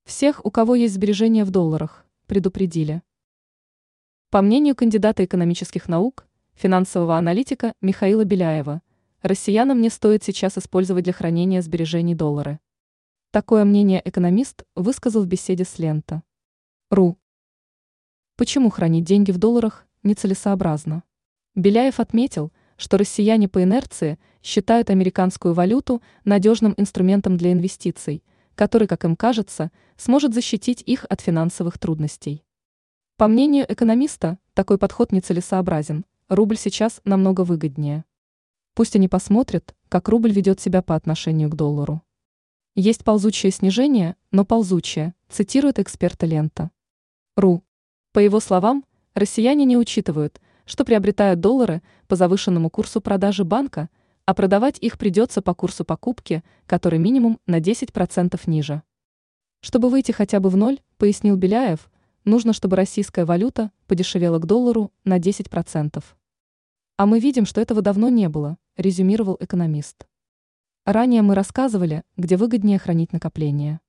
Всех, у кого есть сбережения в долларах, предупредили. По мнению кандидата экономических наук, финансового аналитика Михаила Беляева, россиянам не стоит сейчас использовать для хранения сбережений доллары. Такое мнение экономист высказал в беседе с Лента.ру. Почему хранить деньги в долларах нецелесообразно? Беляев отметил, что россияне по инерции считают американскую валюту надежным инструментом для инвестиций, который, как им кажется, сможет защитить их от финансовых трудностей. По мнению экономиста, такой подход нецелесообразен, рубль сейчас намного выгоднее. Пусть они посмотрят, как рубль ведет себя по отношению к доллару. Есть ползучее снижение, но ползучее, цитирует эксперта Лента.ру. По его словам, россияне не учитывают, что приобретают доллары по завышенному курсу продажи банка, а продавать их придется по курсу покупки, который минимум на 10% ниже. Чтобы выйти хотя бы в ноль, пояснил Беляев, нужно, чтобы российская валюта подешевела к доллару на 10%. А мы видим, что этого давно не было, резюмировал экономист. Ранее мы рассказывали, где выгоднее хранить накопления.